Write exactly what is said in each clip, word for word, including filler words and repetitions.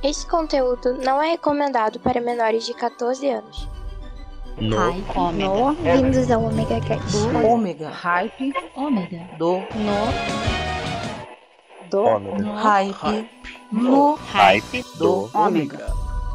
Este conteúdo não é recomendado para menores de catorze anos. No Hype. Ômega. Bem-vindos ao Omega Cast. Do Ômega. Hype. Ômega. Do. No. Do. Ômega. No. Hype. No. Hype Do. do Ômega.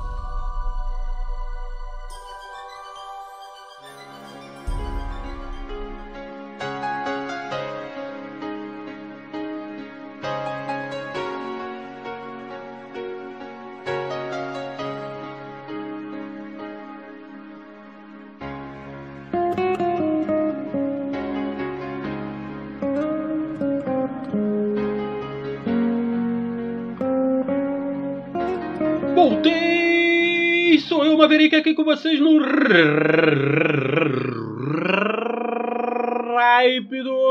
Voltei! Sou eu, Maverick, aqui com vocês no Hype do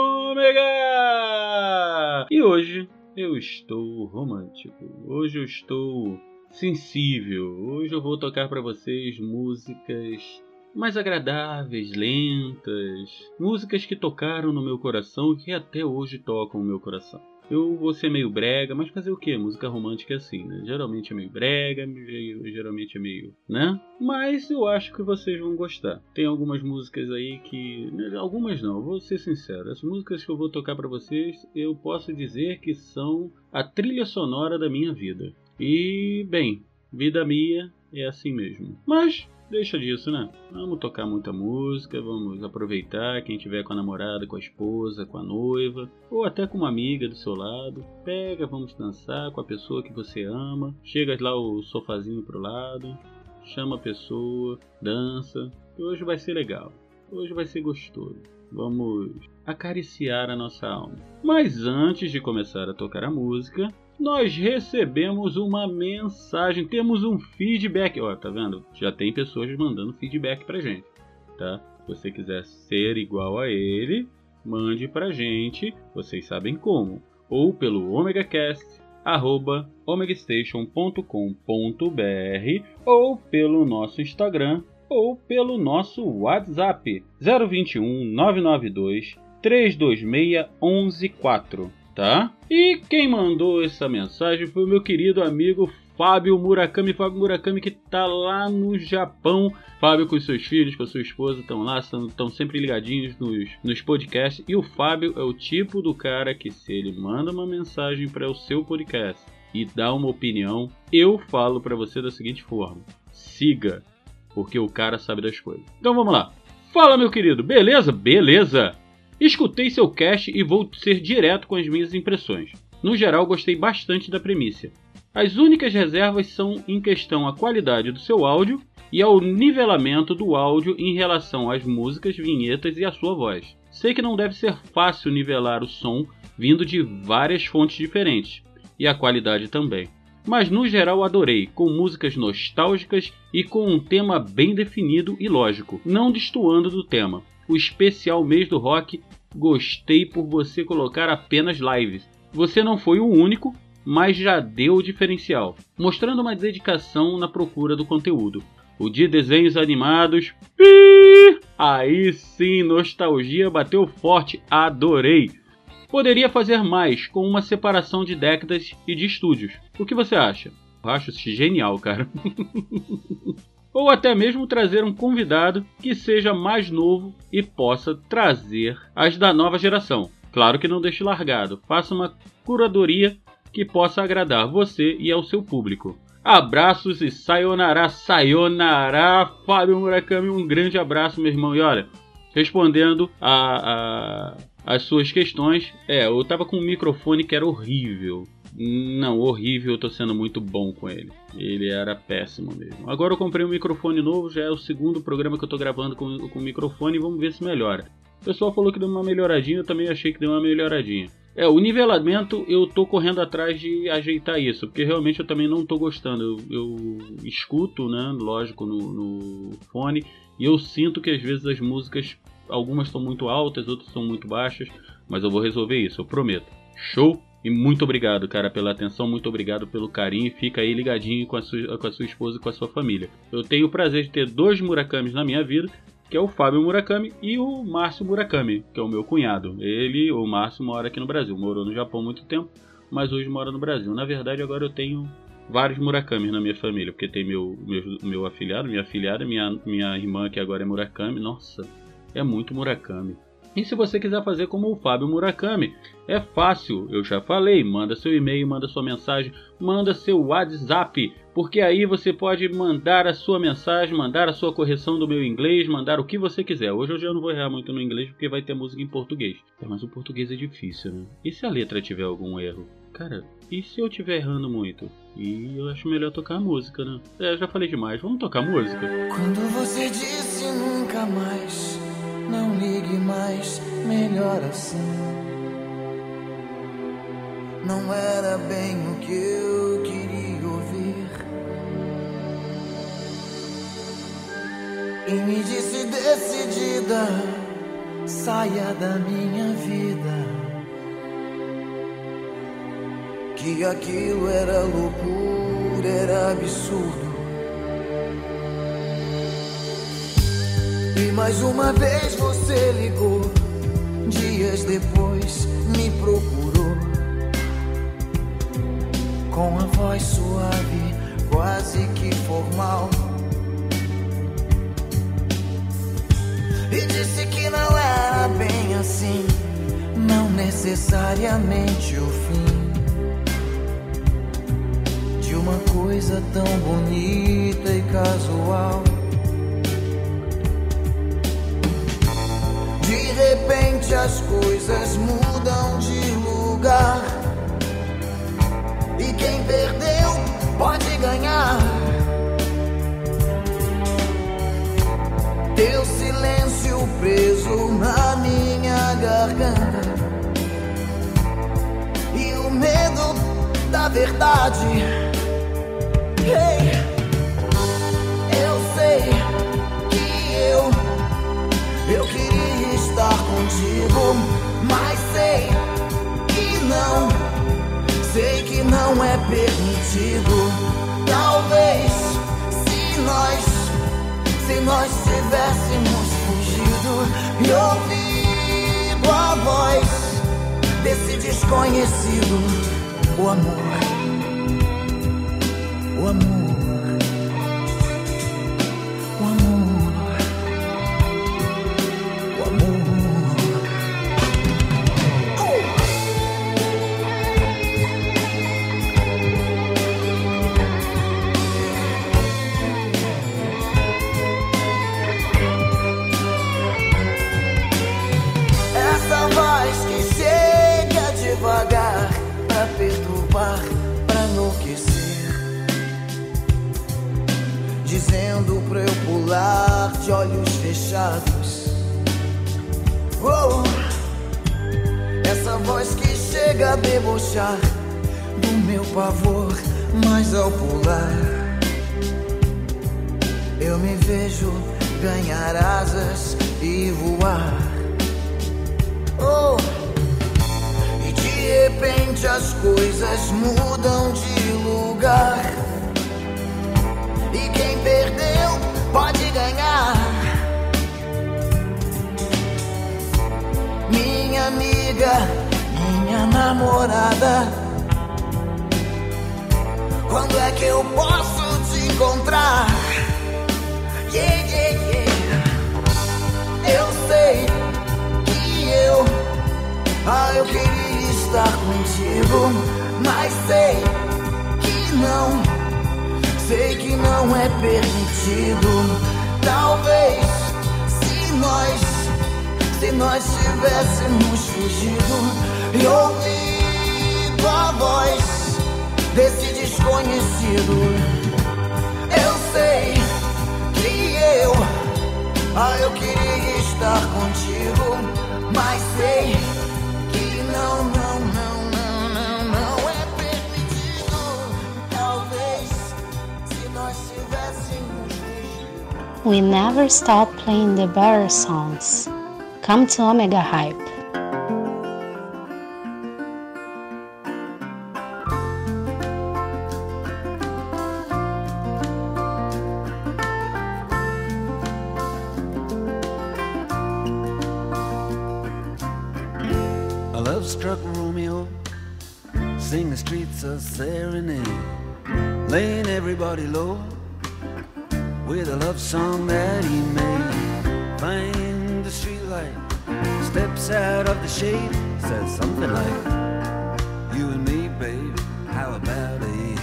Ômega! E hoje eu estou romântico, hoje eu estou sensível, hoje eu vou tocar para vocês músicas mais agradáveis, lentas, músicas que tocaram no meu coração e que até hoje tocam o meu coração. Eu vou ser meio brega, mas fazer o quê? Música romântica é assim, né? Geralmente é meio brega, meio, geralmente é meio, né? Mas eu acho que vocês vão gostar. Tem algumas músicas aí que... Algumas não, vou ser sincero. As músicas que eu vou tocar pra vocês, eu posso dizer que são a trilha sonora da minha vida. E, bem, vida minha é assim mesmo. Mas... deixa disso, né? Vamos tocar muita música, vamos aproveitar quem tiver com a namorada, com a esposa, com a noiva, ou até com uma amiga do seu lado. Pega, vamos dançar com a pessoa que você ama. Chega lá o sofazinho pro lado, chama a pessoa, dança. E hoje vai ser legal, hoje vai ser gostoso. Vamos acariciar a nossa alma. Mas antes de começar a tocar a música, nós recebemos uma mensagem, temos um feedback. Ó, tá vendo? Já tem pessoas mandando feedback pra gente, tá? Se você quiser ser igual a ele, mande pra gente, vocês sabem como. Ou pelo omegacast, arroba omegastation ponto com ponto br, ou pelo nosso Instagram, ou pelo nosso WhatsApp, zero dois um, nove nove dois, três dois seis, um um quatro. Tá? E quem mandou essa mensagem foi o meu querido amigo Fábio Murakami. Fábio Murakami, que tá lá no Japão. Fábio com seus filhos, com a sua esposa, estão lá, estão sempre ligadinhos nos, nos podcasts. E o Fábio é o tipo do cara que, se ele manda uma mensagem para o seu podcast e dá uma opinião, eu falo para você da seguinte forma: siga, porque o cara sabe das coisas. Então vamos lá. Fala, meu querido, beleza? Beleza! Escutei seu cast e vou ser direto com as minhas impressões. No geral, gostei bastante da premissa. As únicas reservas são em questão à qualidade do seu áudio e ao nivelamento do áudio em relação às músicas, vinhetas e à sua voz. Sei que não deve ser fácil nivelar o som vindo de várias fontes diferentes, e a qualidade também. Mas no geral adorei, com músicas nostálgicas e com um tema bem definido e lógico, não destoando do tema. O especial mês do rock, gostei por você colocar apenas lives. Você não foi o único, mas já deu o diferencial, mostrando uma dedicação na procura do conteúdo. O de desenhos animados, pi! Aí sim, nostalgia bateu forte, adorei. Poderia fazer mais, com uma separação de décadas e de estúdios. O que você acha? Eu acho isso genial, cara. Ou até mesmo trazer um convidado que seja mais novo e possa trazer as da nova geração. Claro que não deixe largado, faça uma curadoria que possa agradar você e ao seu público. Abraços e sayonara, sayonara, Fábio Murakami, um grande abraço, meu irmão. E olha, respondendo a, a, as suas questões, é, eu tava com um microfone que era horrível. Não, horrível, eu tô sendo muito bom com ele. Ele era péssimo mesmo. Agora eu comprei um microfone novo, já é o segundo programa que eu tô gravando com, com o microfone e vamos ver se melhora. O pessoal falou que deu uma melhoradinha, eu também achei que deu uma melhoradinha. É, o nivelamento eu tô correndo atrás de ajeitar isso, porque realmente eu também não tô gostando. Eu, eu escuto, né, lógico, no, no fone, e eu sinto que às vezes as músicas, algumas estão muito altas, outras são muito baixas, mas eu vou resolver isso, eu prometo. Show? E muito obrigado, cara, pela atenção, muito obrigado pelo carinho. Fica aí ligadinho com a sua, com a sua esposa e com a sua família. Eu tenho o prazer de ter dois Murakamis na minha vida, que é o Fábio Murakami e o Márcio Murakami, que é o meu cunhado. Ele, o Márcio, mora aqui no Brasil. Morou no Japão há muito tempo, mas hoje mora no Brasil. Na verdade, agora eu tenho vários Murakami na minha família, porque tem meu, meu, meu afilhado, minha afilhada, minha, minha irmã que agora é Murakami. Nossa, é muito Murakami. E se você quiser fazer como o Fábio Murakami, é fácil, eu já falei, manda seu e-mail, manda sua mensagem, manda seu WhatsApp, porque aí você pode mandar a sua mensagem, mandar a sua correção do meu inglês, mandar o que você quiser. Hoje eu já não vou errar muito no inglês porque vai ter música em português. É, mas o português é difícil, né? E se a letra tiver algum erro? Cara, e se eu estiver errando muito? E eu acho melhor tocar a música, né? É, já falei demais, vamos tocar música? Quando você disse nunca mais, não ligue mais, melhor assim. Não era bem o que eu queria ouvir. E me disse decidida, saia da minha vida. Que aquilo era loucura, era absurdo. E mais uma vez você ligou, dias depois me procurou, com a voz suave, quase que formal, e disse que não era bem assim, não necessariamente o fim de uma coisa tão bonita e casual. De repente as coisas mudam de lugar, e quem perdeu pode ganhar. Teu silêncio preso na minha garganta, e o medo da verdade. Hey, eu sei que eu, eu queria estar contigo, mas sei que não, sei que não é permitido. Talvez se nós, se nós tivéssemos fugido e ouvido a voz desse desconhecido, o amor, o amor. Devagar, pra perturbar, pra enlouquecer, dizendo pra eu pular de olhos fechados. Oh, essa voz que chega a debochar do meu pavor, mas ao pular eu me vejo ganhar asas e voar. Oh, de repente as coisas mudam de lugar, e quem perdeu pode ganhar. Minha amiga, minha namorada, quando é que eu posso te encontrar? Yeah, yeah, yeah. Eu sei que eu, ah, eu queria estar contigo, mas sei que não, sei que não é permitido. Talvez se nós, se nós tivéssemos fugido e ouvido a voz desse desconhecido. Eu sei que eu, ah, eu queria estar contigo, mas sei que não, não, não, não, não, não é permitido. Talvez se nós tivéssemos fugido. We never stop playing the better songs. Come to Omega Hype. A love-struck Romeo, sing the streets a serenade. laying everybody low with a love song that he made. Find the streetlight, steps out of the shade, says something like, you and me, babe, how about it?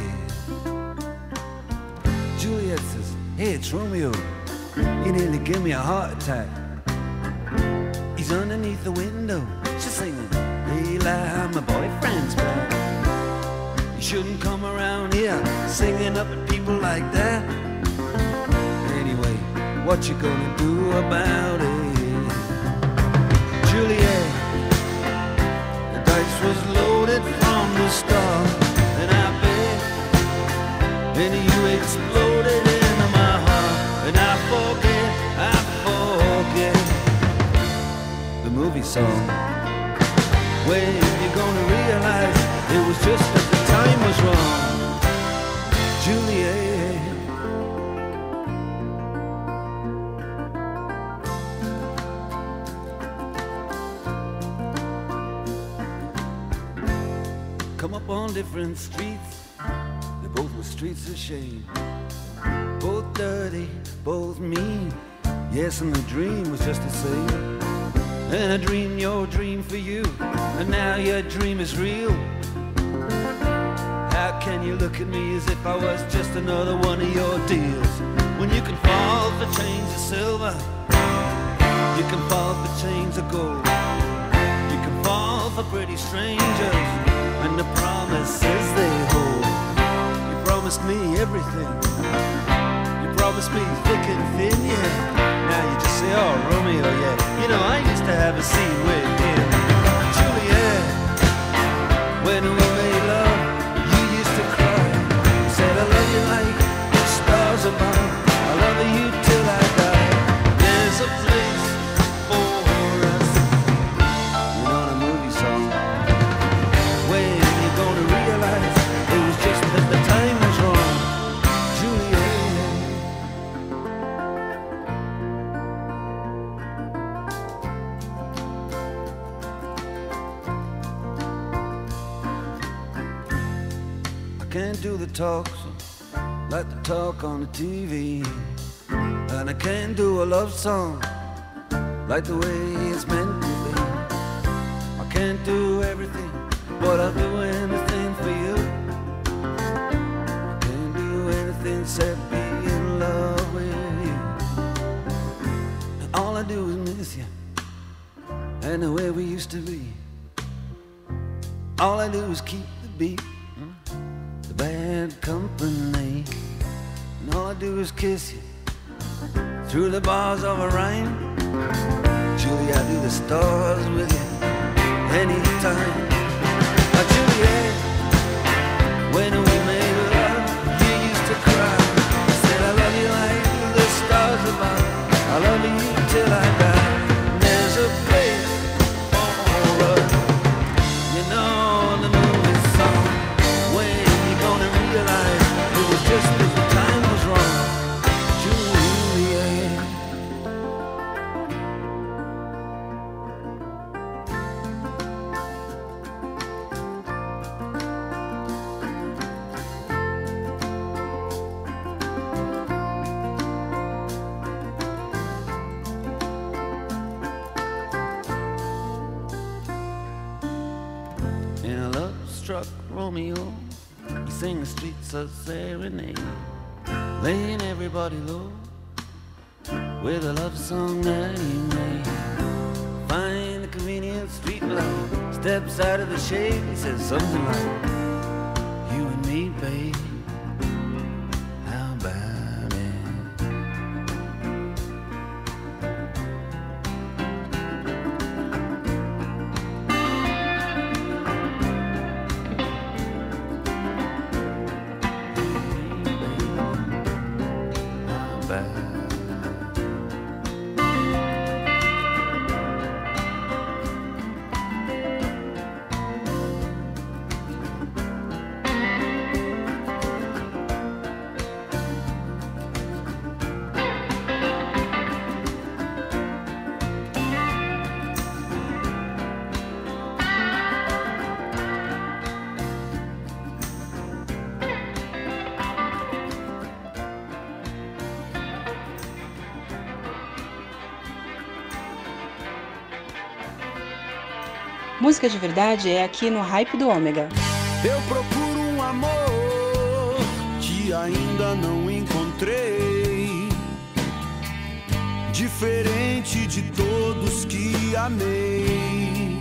Juliet says, hey, it's Romeo, you nearly give me a heart attack. He's underneath the window, she's singing, hey, lie, my boyfriend's back. You shouldn't come around here singing up at people like that. Anyway, what you gonna do about it? Juliet, the dice was loaded from the start, and I bet, and you exploded into my heart, and I forget, I forget the movie song. When you're gonna realize it was just that the time was wrong, Juliet. Come up on different streets, they both were streets of shame. Both dirty, both mean, yes, and the dream was just the same. And I dreamed your dream for you, and now your dream is real. How can you look at me as if I was just another one of your deals? When you can fall for chains of silver, you can fall for chains of gold, you can fall for pretty strangers and the promises they hold. You promised me everything, you promised me thick and thin, yeah. Now you just say, oh, Romeo, yeah. You know, I used to have a scene with him. Juliet, when we made love, you used to cry. You said, I love you like the stars above, I love you till I die. There's a place for us. You know the movie song. When you're gonna realize it was just that the time was wrong, Juliet. Can't do the talk so like the talk on the T V, and I can't do a love song like the way it's meant to be. I can't do everything, but I'll do anything for you. I can't do anything except be in love with you. And all I do is miss you and the way we used to be. All I do is keep the beat, bad company, and all I do is kiss you through the bars of a rhyme. Julie, I do the stars with you anytime. Now, Juliet, when we made love, you used to cry. You said, I love you like the stars above, I love you till I die. There's a place for us, you know the movie song. When it was just that the time was wrong, Juliet. In a love-struck Romeo, he sang the streets of serenade, laying everybody low with a love song that he made. Find the convenient street light, steps out of the shade, he says something like, you and me, babe, how about it? Música de verdade é aqui no Hype do Ômega. Eu procuro um amor que ainda não encontrei, diferente de todos que amei.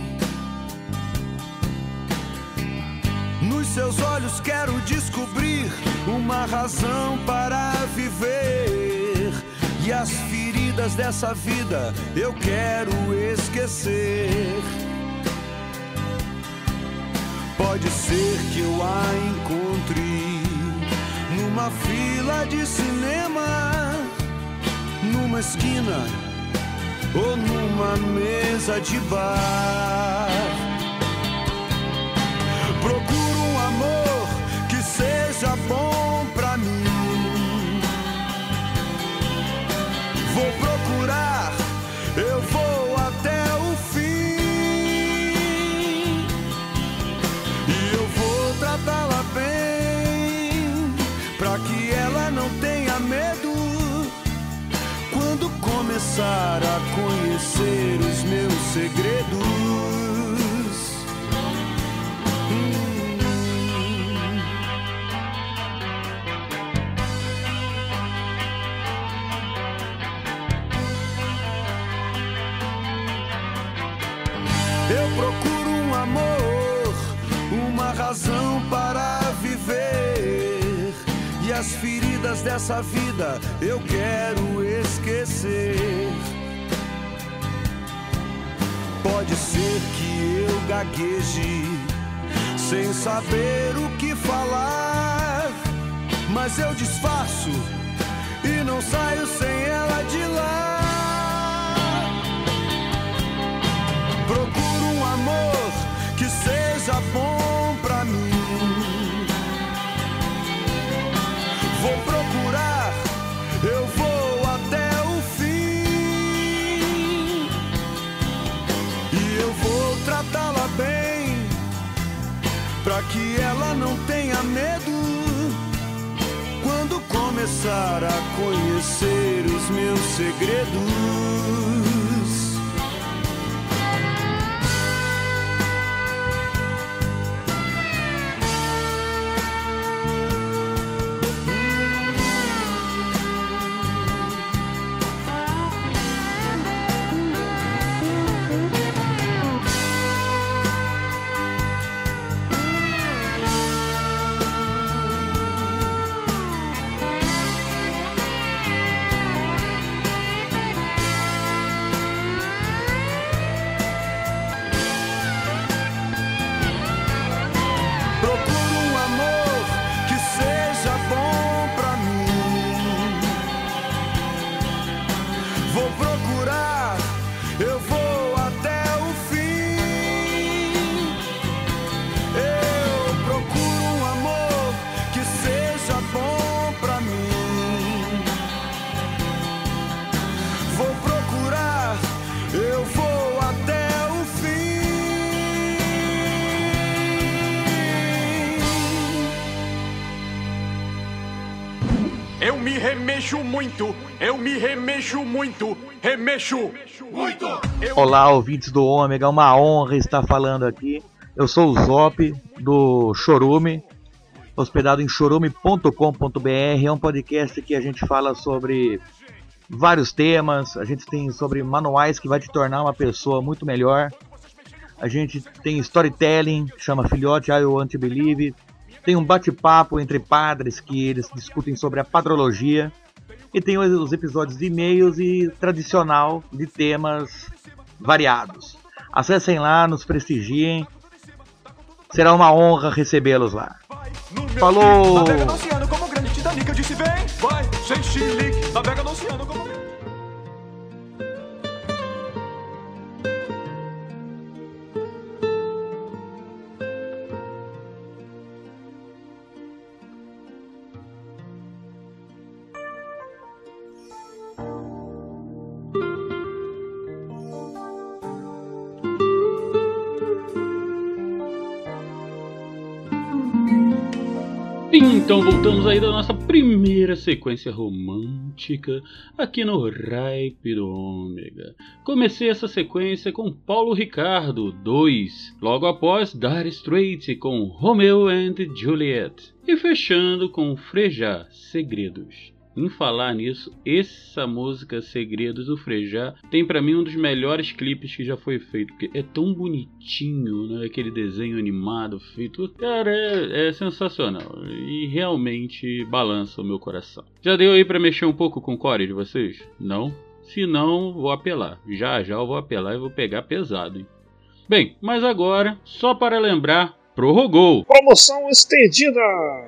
Nos seus olhos quero descobrir uma razão para viver, e as feridas dessa vida eu quero esquecer. Pode ser que eu a encontre numa fila de cinema, numa esquina ou numa mesa de bar. Procuro um amor que seja bom pra mim. Vou procurar, eu vou até o fim, e eu vou tratá-la bem, pra que ela não tenha medo quando começar a conhecer os meus segredos. Eu procuro um amor, uma razão para viver, e as feridas dessa vida eu quero esquecer. Pode ser que eu gagueje sem saber o que falar, mas eu disfarço e não saio sem ela de lá. Procuro um amor que seja bom pra mim. Vou procurar, eu vou até o fim, e eu vou tratá-la bem, pra que ela não tenha medo quando começar a conhecer os meus segredos. Eu me remexo muito, eu me remexo muito, remexo muito. Eu... Olá, ouvintes do Ômega, uma honra estar falando aqui. Eu sou o Zop, do Chorume, hospedado em chorume ponto com ponto br. É um podcast que a gente fala sobre vários temas. A gente tem sobre manuais que vai te tornar uma pessoa muito melhor. A gente tem storytelling, que chama Filhote, I Want to Believe. Tem um bate-papo entre padres que eles discutem sobre a padrologia. E tem os episódios de e-mails e tradicional de temas variados. Acessem lá, nos prestigiem. Será uma honra recebê-los lá. Falou! Navega no oceano como grande Titanic, eu disse vem, vai, sem chilique. Navega no oceano como grande. Então voltamos aí da nossa primeira sequência romântica aqui no Hype do Ômega. Comecei essa sequência com Paulo Ricardo dois, logo após Dire Straits com Romeo and Juliet e fechando com Frejá, Segredos. Em falar nisso, essa música Segredos do Frejá tem pra mim um dos melhores clipes que já foi feito, porque é tão bonitinho, né? Aquele desenho animado feito, cara, é, é sensacional e realmente balança o meu coração. Já deu aí pra mexer um pouco com o core de vocês? Não? Se não, vou apelar. Já já eu vou apelar e vou pegar pesado, hein? Bem, mas agora, só para lembrar, prorrogou. Promoção estendida!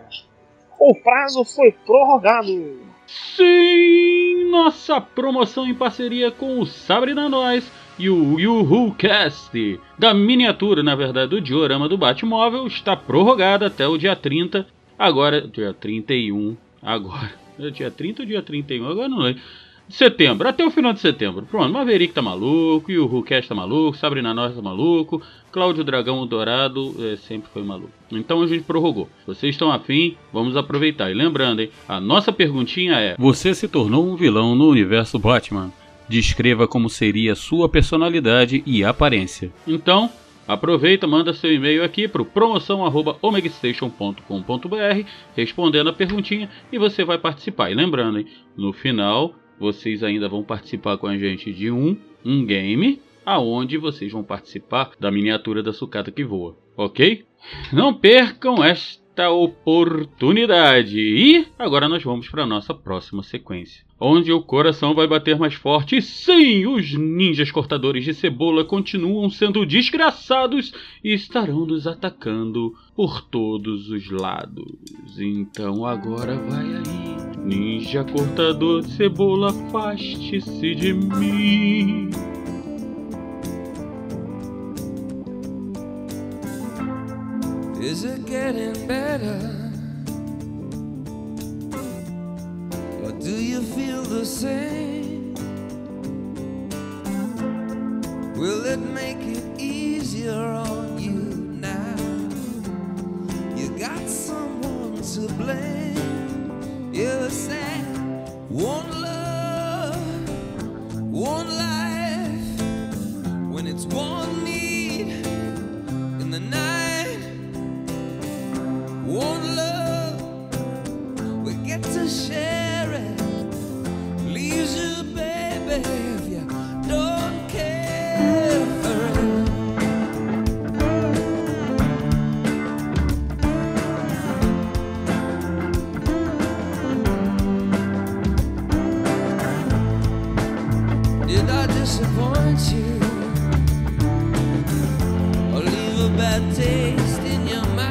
O prazo foi prorrogado. Sim, nossa promoção em parceria com o Sabre da Nós e o YuhuCast da miniatura, na verdade, do diorama do Batmóvel está prorrogada até o dia trinta, agora, dia trinta e um, agora, dia trinta ou dia trinta e um, agora não lembro. Setembro, até o final de setembro. Pronto, Maverick tá maluco, YuhuCast tá maluco, Sabrina Nós tá maluco, Cláudio Dragão Dourado é, sempre foi maluco. Então a gente prorrogou. Vocês estão afim? Vamos aproveitar. E lembrando, hein, a nossa perguntinha é: você se tornou um vilão no universo Batman? Descreva como seria sua personalidade e aparência. Então, aproveita, manda seu e-mail aqui para o promoção arroba omegastation ponto com ponto br respondendo a perguntinha e você vai participar. E lembrando, hein, no final vocês ainda vão participar com a gente de um, um game, aonde vocês vão participar da miniatura da sucata que voa, ok? Não percam esta oportunidade. E agora nós vamos para a nossa próxima sequência, onde o coração vai bater mais forte. E sim, os ninjas cortadores de cebola continuam sendo desgraçados e estarão nos atacando por todos os lados. Então agora vai aí, ninja cortador de cebola, afaste-se de mim. Is it getting better? Or do you feel the same? Will it make it easier on you now? You got someone to blame. You said one love, one life, when it's one need in the night. One love, we get to share it. Leaves you, baby, if you don't care for it. Did I disappoint you or leave a bad taste in your mouth?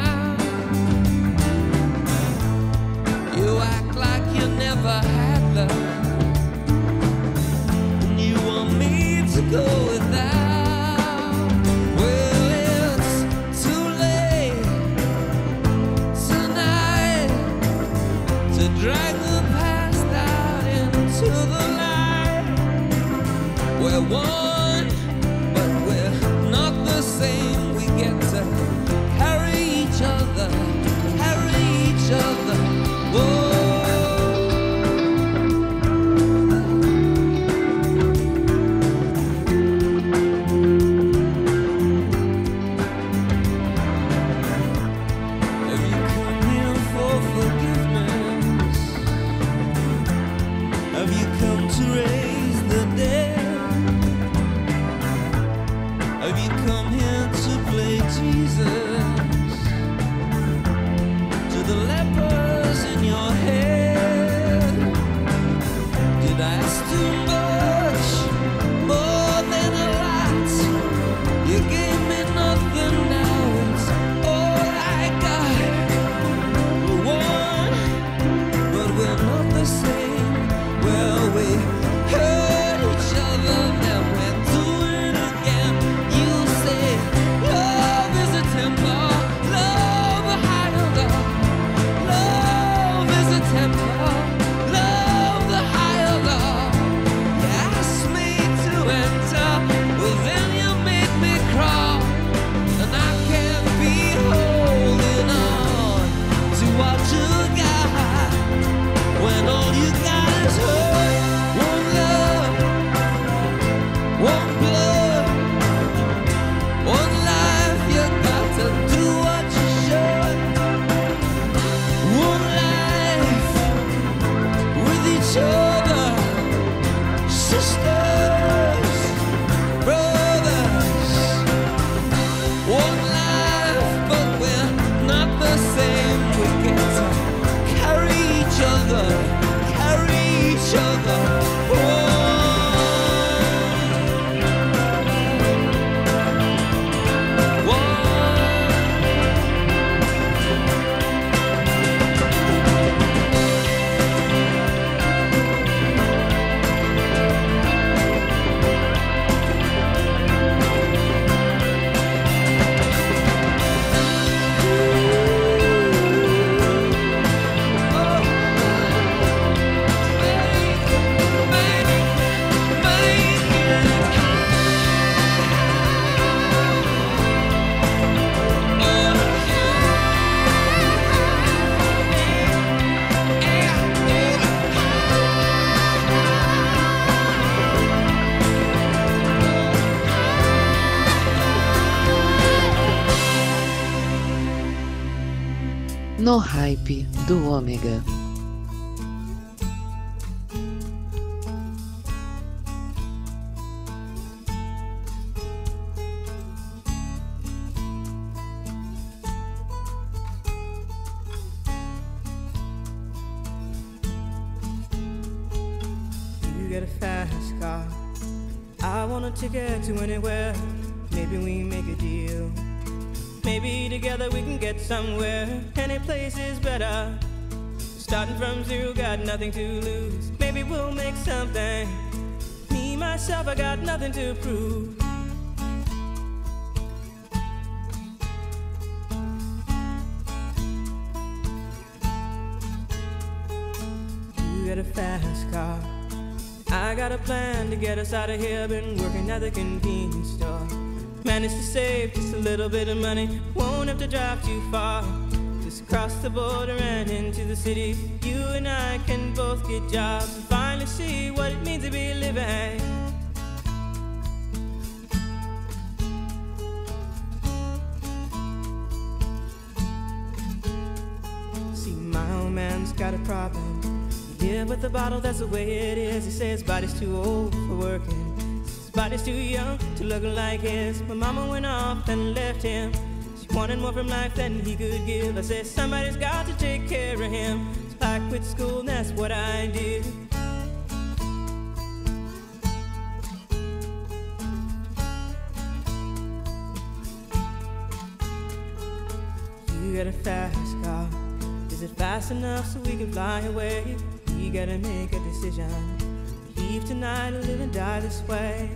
Never had love, and you want me to go without. Well, it's too late tonight to drag the past out into the light. We're one, but we're not the same. We get to carry each other, carry each other. Whoa. Love is a no hype do Ômega. You get a fast car, I want a ticket to anywhere. Maybe we make a deal. Maybe together we can get somewhere. Any place is better. Starting from zero, got nothing to lose. Maybe we'll make something. Me, myself, I got nothing to prove. You get a fast car, I got a plan to get us out of here. Been working at the convenience store. Managed to save just a little bit of money. Won't have to drive too far. Just cross the border and into the city. You and I can both get jobs and finally see what it means to be living. See, my old man's got a problem. He live with the bottle, that's the way it is. He says his body's too old for working. Body's too young to look like his. My mama went off and left him. She wanted more from life than he could give. I said somebody's got to take care of him. So I quit school and that's what I did. You got a fast car. Is it fast enough so we can fly away? We gotta make a decision. Leave tonight or live and die this way.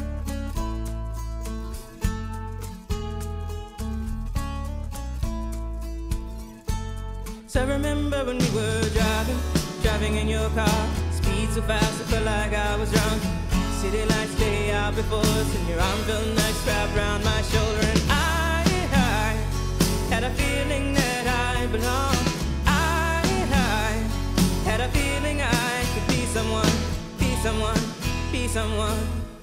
So I remember when we were driving, driving in your car. Speed so fast I felt like I was drunk. City lights lay out before us, and your arm felt nice wrapped around my shoulder. And I, I had a feeling that I belonged. I, I had a feeling I could be someone. Be someone, be someone.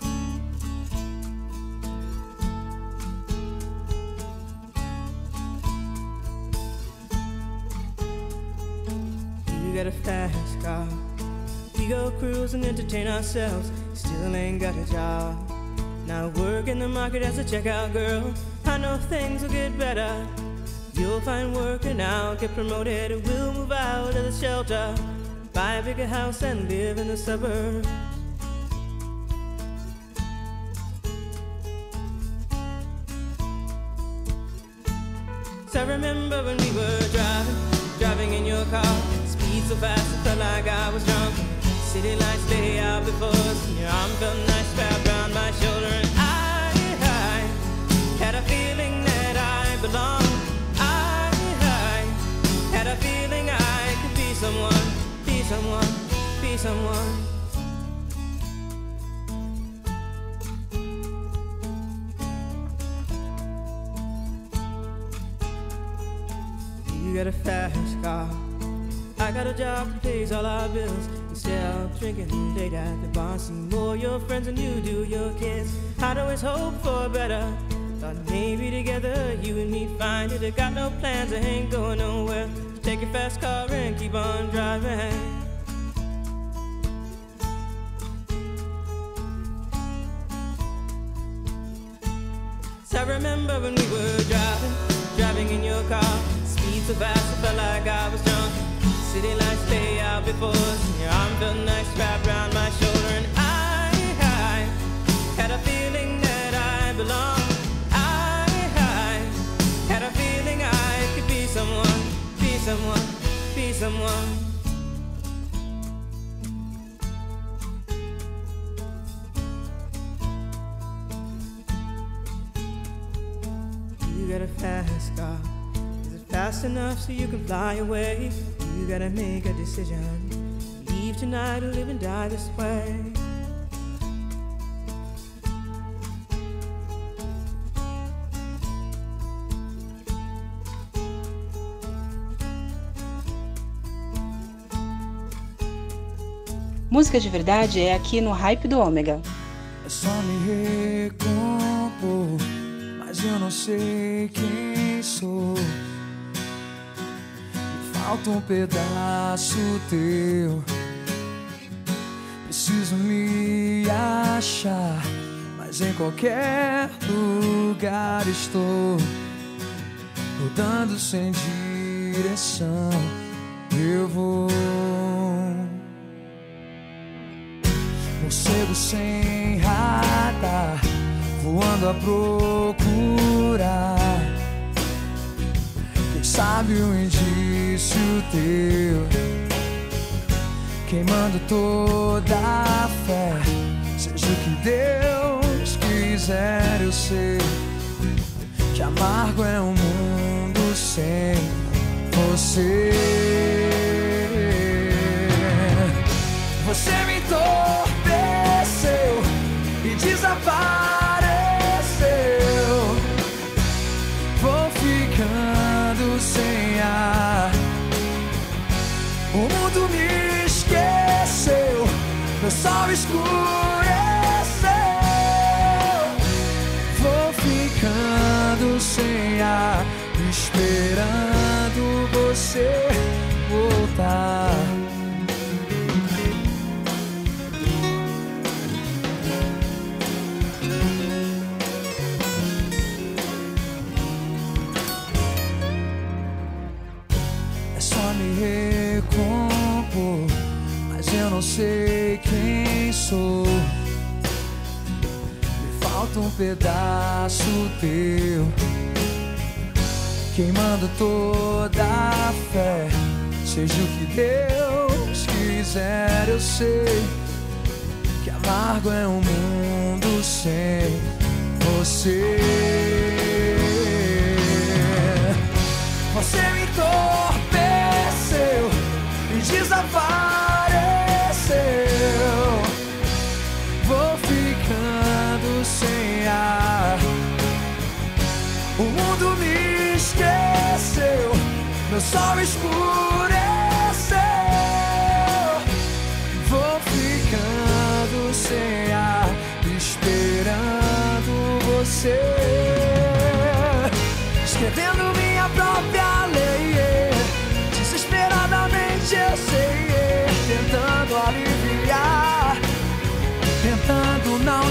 You got a fast car. We go cruise and entertain ourselves. Still ain't got a job. Now work in the market as a checkout girl. I know things will get better. You'll find work and I'll get promoted. We'll move out of the shelter, buy a bigger house and live in the suburbs. So I remember when we were driving, driving in your car. Speed so fast I felt like I was drunk. City lights lay out before us, and your arm felt nice wrapped around my shoulder. And I, I had a feeling that I belonged. I, I had a feeling I could be someone. Be someone, be someone. You got a fast car, I got a job that pays all our bills. Instead of drinking late at the bar, see more your friends than you do your kids. I'd always hope for better. Thought maybe together you and me find it. I got no plans, I ain't going nowhere. So take your fast car and keep on driving. So I remember when we were driving, driving in your car. Speed so fast I felt like I was drunk. City lights lay out before us, and your arm felt nice wrapped around my shoulder. And I, I had a feeling that I belonged. I, I had a feeling I could be someone, be someone, be someone. You got a fast car. Is it fast enough so you can fly away? You gotta make a decision. Leave tonight or live and die this way. Música de verdade é aqui no Hype do Ômega. É só me recompor, mas eu não sei quem sou. falta um pedaço teu. Preciso me achar, mas em qualquer lugar estou, rodando sem direção. Eu vou, morcego sem radar, voando a procurar. Quem sabe um indício teu, queimando toda a fé. Seja o que Deus quiser, eu sei que amargo é um mundo sem você. Você me entorpeceu e desapareceu. Vou ficando sem ar, o mundo me esqueceu, meu sol escureceu. Vou ficando sem ar, esperando você voltar. É só me recompor, mas eu não sei quem sou. Me falta um pedaço teu, queimando toda a fé. Seja o que Deus quiser, eu sei que amargo é um mundo sem você. Você me entorpeceu e desapareceu. Vou ficando sem ar, o mundo me esqueceu, meu sol escureceu. Vou ficando sem ar, esperando você, escrevendo minha própria lei, desesperadamente eu sei, tentando aliviar, tentando não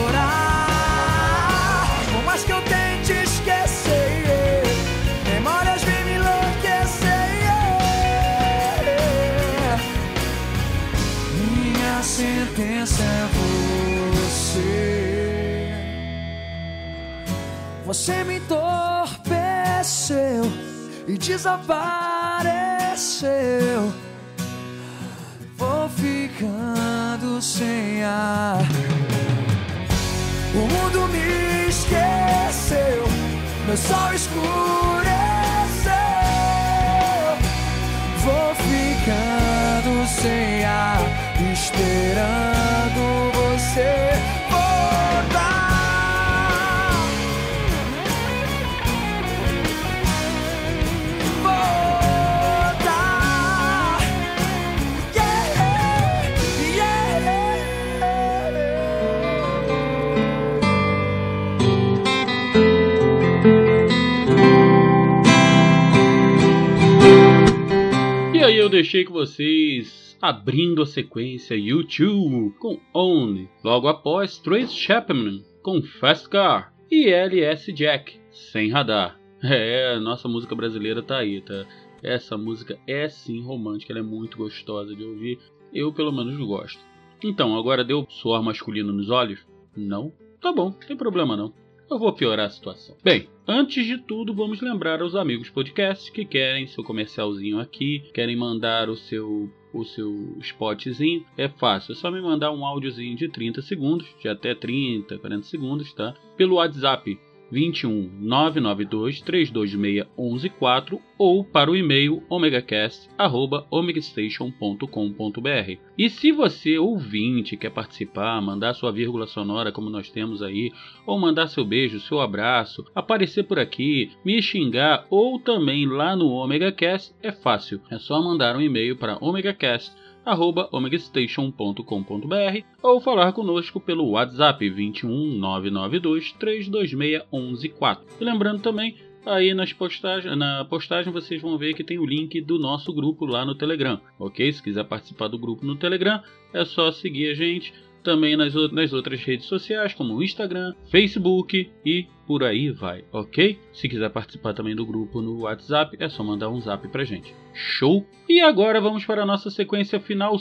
chorar. Por mais que eu tente esquecer, memórias vêm me enlouquecer. Minha sentença é você. Você me entorpeceu e desapareceu. Vou ficando sem ar, o mundo me esqueceu, meu sol escureceu. Vou ficando sem ar, esperando você voltar. E aí eu deixei com vocês abrindo a sequência U dois com Only, logo após Trace Chapman com Fast Car e L S Jack Sem Radar. É, nossa música brasileira tá aí, tá? Essa música é sim romântica, ela é muito gostosa de ouvir, eu pelo menos gosto. Então, agora deu suor masculino nos olhos? Não? Tá bom, não tem problema não. Eu vou piorar a situação. Bem, antes de tudo, vamos lembrar aos amigos podcast que querem seu comercialzinho aqui, querem mandar o seu, o seu spotzinho. É fácil, é só me mandar um áudiozinho de trinta segundos, de até trinta, quarenta segundos, tá? Pelo WhatsApp vinte e um, nove nove dois, três dois seis, um um quatro ou para o e-mail omegacast arroba omegastation ponto com ponto br. E se você, ouvinte, quer participar, mandar sua vírgula sonora como nós temos aí, ou mandar seu beijo, seu abraço, aparecer por aqui, me xingar ou também lá no OmegaCast, é fácil. É só mandar um e-mail para omegacast arroba omegastation ponto com ponto br ou falar conosco pelo WhatsApp vinte e um, nove nove dois, três dois seis, um um quatro. E lembrando também aí nas postagem, na postagem vocês vão ver que tem o link do nosso grupo lá no Telegram, ok? Se quiser participar do grupo no Telegram, é só seguir a gente também nas, nas outras redes sociais, como o Instagram, Facebook e por aí vai, ok? Se quiser participar também do grupo no WhatsApp, é só mandar um zap pra gente. Show? E agora vamos para a nossa sequência final.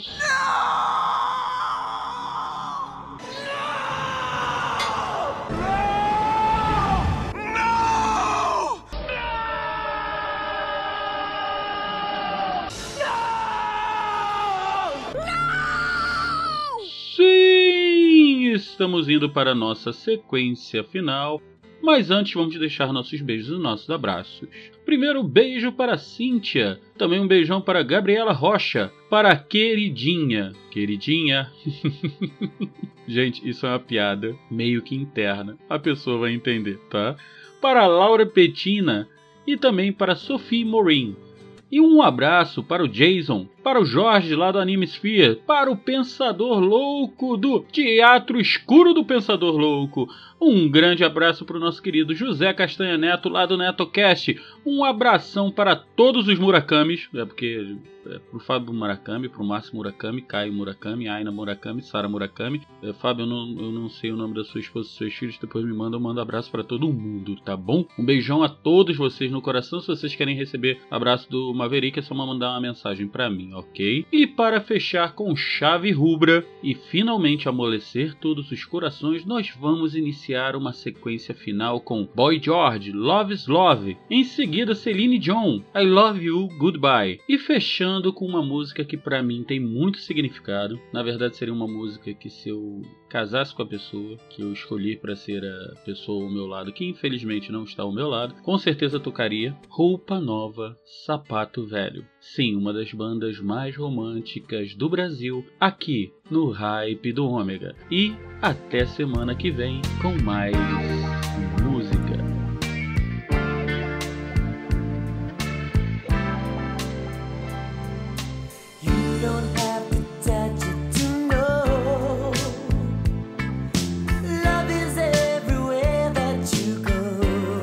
Estamos indo para a nossa sequência final, mas antes vamos deixar nossos beijos e nossos abraços. Primeiro, beijo para Cíntia, também um beijão para Gabriela Rocha, para a Queridinha. Queridinha? Gente, isso é uma piada meio que interna, a pessoa vai entender, tá? Para a Laura Petina e também para Sophie Morin. E um abraço para o Jason, para o Jorge lá do Anime Sphere, para o Pensador Louco do Teatro Escuro do Pensador Louco. Um grande abraço para o nosso querido José Castanha Neto lá do NetoCast. Um abração para todos os Murakamis, é porque é pro Fábio Murakami, pro Márcio Murakami, Caio Murakami, Aina Murakami, Sara Murakami. É, Fábio, eu não, eu não sei o nome da sua esposa e seus filhos, depois me manda, eu mando abraço para todo mundo, tá bom? Um beijão a todos vocês no coração. Se vocês querem receber abraço do Maverick, é só mandar uma mensagem para mim, ok? E para fechar com chave rubra e finalmente amolecer todos os corações, nós vamos iniciar uma sequência final com Boy George, Love is Love. Em seguida, Celine Dion, I Love You, Goodbye. E fechando com uma música que pra mim tem muito significado. Na verdade, seria uma música que, se eu casasse com a pessoa que eu escolhi para ser a pessoa ao meu lado, que infelizmente não está ao meu lado, com certeza tocaria Roupa Nova, Sapato Velho. Sim, uma das bandas mais românticas do Brasil, aqui no Hype do Ômega. E até semana que vem com mais música. You don't have to touch it to know. Love is everywhere that you go.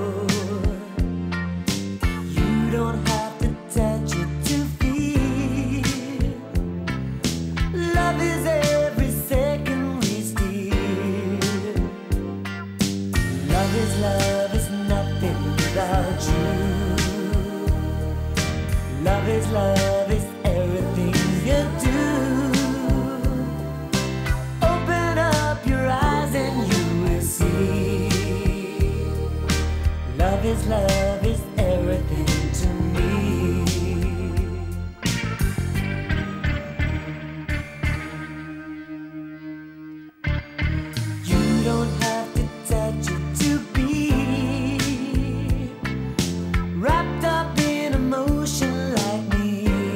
You don't have to touch it to feel. Love is every second we steal. Love is love is nothing without you. Love is love is everything you do. Open up your eyes and you will see. Love is love is everything to me. You don't have to touch it to be wrapped up in emotion like me.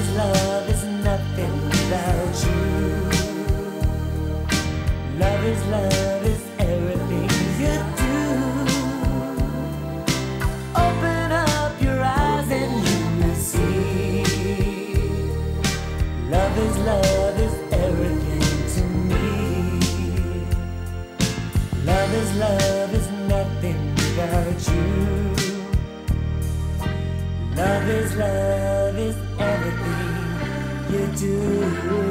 is love is nothing without you. Love is love is everything you do. Open up your eyes and you will see. Love is love is everything to me. Love is love is nothing without you. Love is love is everything you do.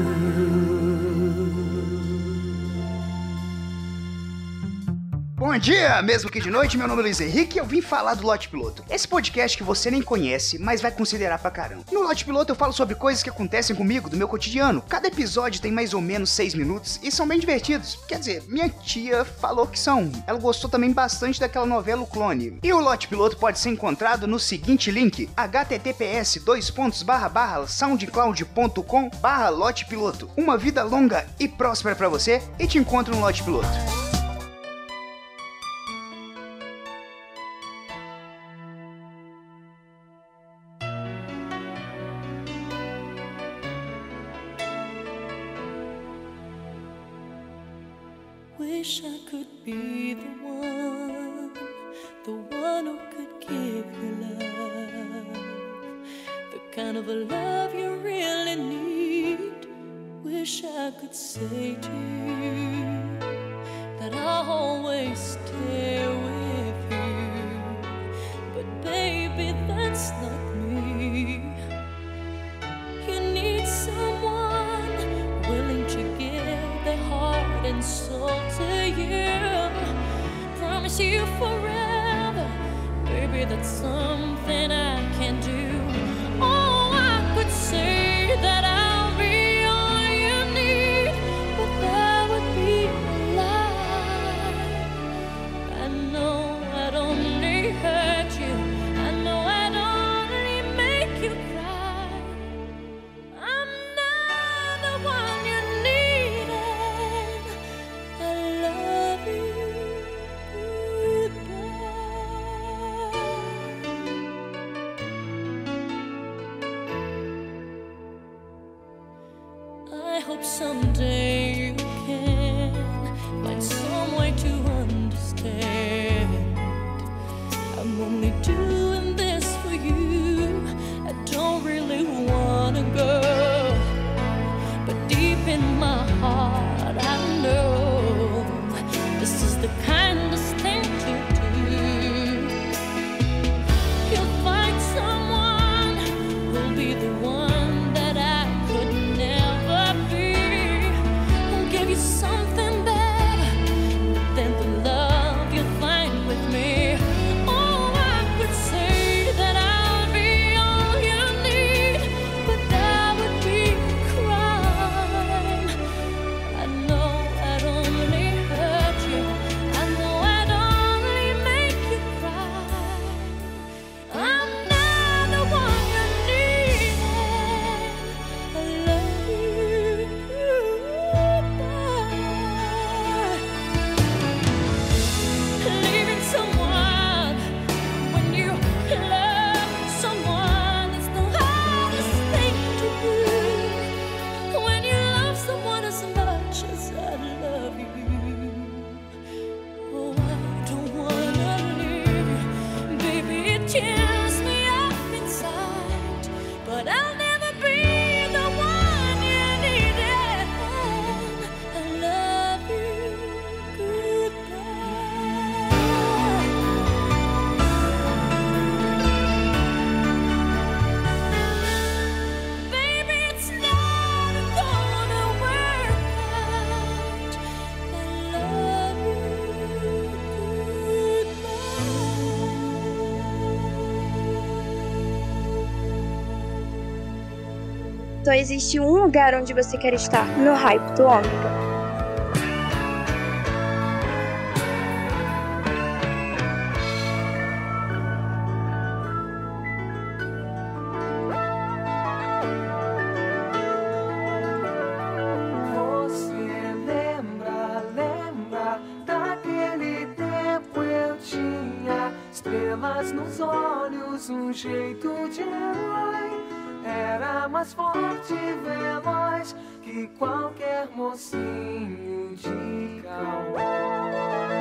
Bom dia, mesmo que de noite, meu nome é Luiz Henrique e eu vim falar do Lote Piloto. Esse podcast que você nem conhece, mas vai considerar pra caramba. No Lote Piloto eu falo sobre coisas que acontecem comigo, do meu cotidiano. Cada episódio tem mais ou menos seis minutos e são bem divertidos. Quer dizer, minha tia falou que são. Ela gostou também bastante daquela novela O Clone. E o Lote Piloto pode ser encontrado no seguinte link: h t t p s dois pontos barra barra soundcloud ponto com barra Lote Piloto. Uma vida longa e próspera pra você e te encontro no Lote Piloto. Wish I could be the one, the one who could give you love, the kind of a love you really need. Wish I could say to you that I'll always stay with you, but baby, that's not me. You need someone willing to give their heart and soul to you. Promise you forever, baby, that's something I can do. Oh, I could say that I'll be all you need, but that would be a lie. I know I'd only hurt you, I know I'd only make you cry. I'm not the one you needed. I love you. I hope someday you can find some way to understand. I'm only doing this for you. I don't really wanna go, but deep in my heart I know this is the kindest thing to do. You'll find someone who'll be the one that I could never be. Who'll give you something better than the love you'll find with me. Oh, I could say that I'll be all you need, but that would be a crime. I know I'd only hurt you, I know I'd only make you cry. I'm not the one you needed. I love you. Leaving someone when you love someone is the hardest thing to do. When you love someone as much as I love you, oh, I don't wanna leave you, baby. It tears me up inside, but I'll never be the one you needed. I love you. Goodbye. Baby, it's not gonna work out. I love you. Goodbye. Só existe um lugar onde você quer estar, no Hype do Ômega. Você lembra, lembra daquele tempo eu tinha estrelas nos olhos, um jeito de herói. era mais forte e veloz que qualquer mocinho de cowboy.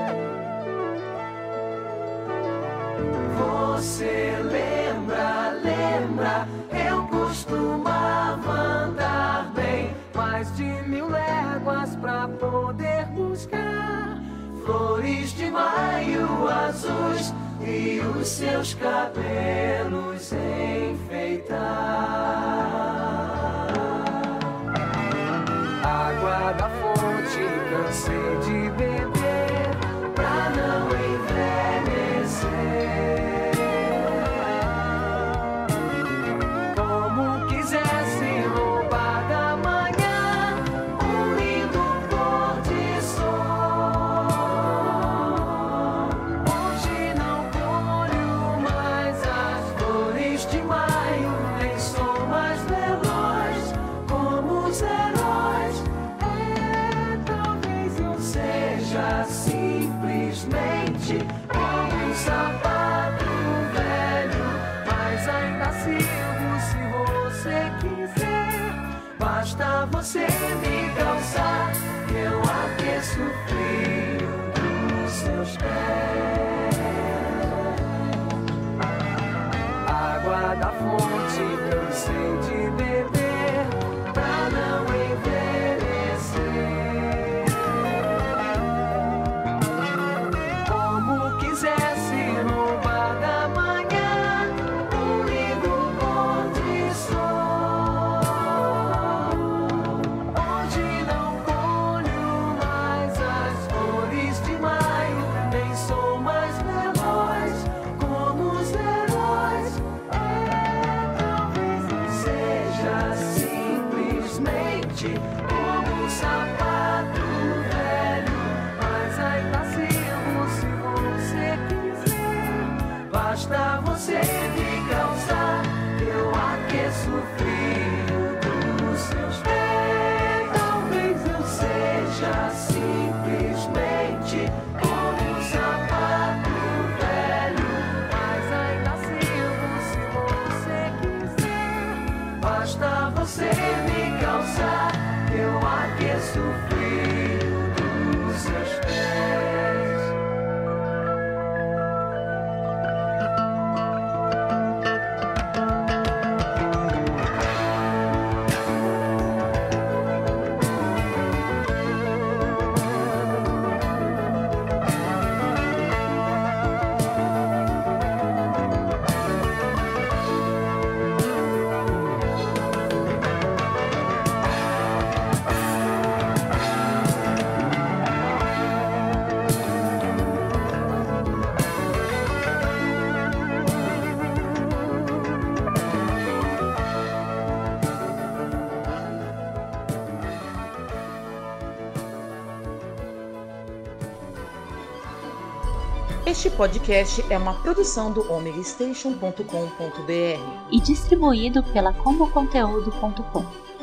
Você lembra, lembra, eu costumava andar bem mais de mil léguas pra poder buscar flores de maio azuis e os seus cabelos enfeitar. Água da fonte cansei de beber pra não envelhecer. Como quisesse roubar da manhã um lindo pôr de sol. Hoje não colho mais as flores de maio, nem sou mais veloz como os heróis. É, talvez eu seja simplesmente como um sapato velho, mas ainda sirvo se você quiser. Basta você me calçar, que eu aqueço o frio dos seus pés. Água da fonte cansei de beber pra não envelhecer. Como quisesse roubar da manhã um lindo pôr de sol. Hoje não colho mais as flores de maio, nem sou mais veloz como os heróis. É, talvez eu seja simplesmente como um sapato velho, mas ainda sirvo se você quiser. Basta você me calçar, que eu aqueço o frio dos seus pés. Talvez eu seja simplesmente como um sapato velho, mas ainda sirvo se você quiser. Basta você me calçar, que eu aqueço o frio dos seus pés. Este podcast é uma produção do omega station ponto com ponto b r e distribuído pela como conteúdo ponto com.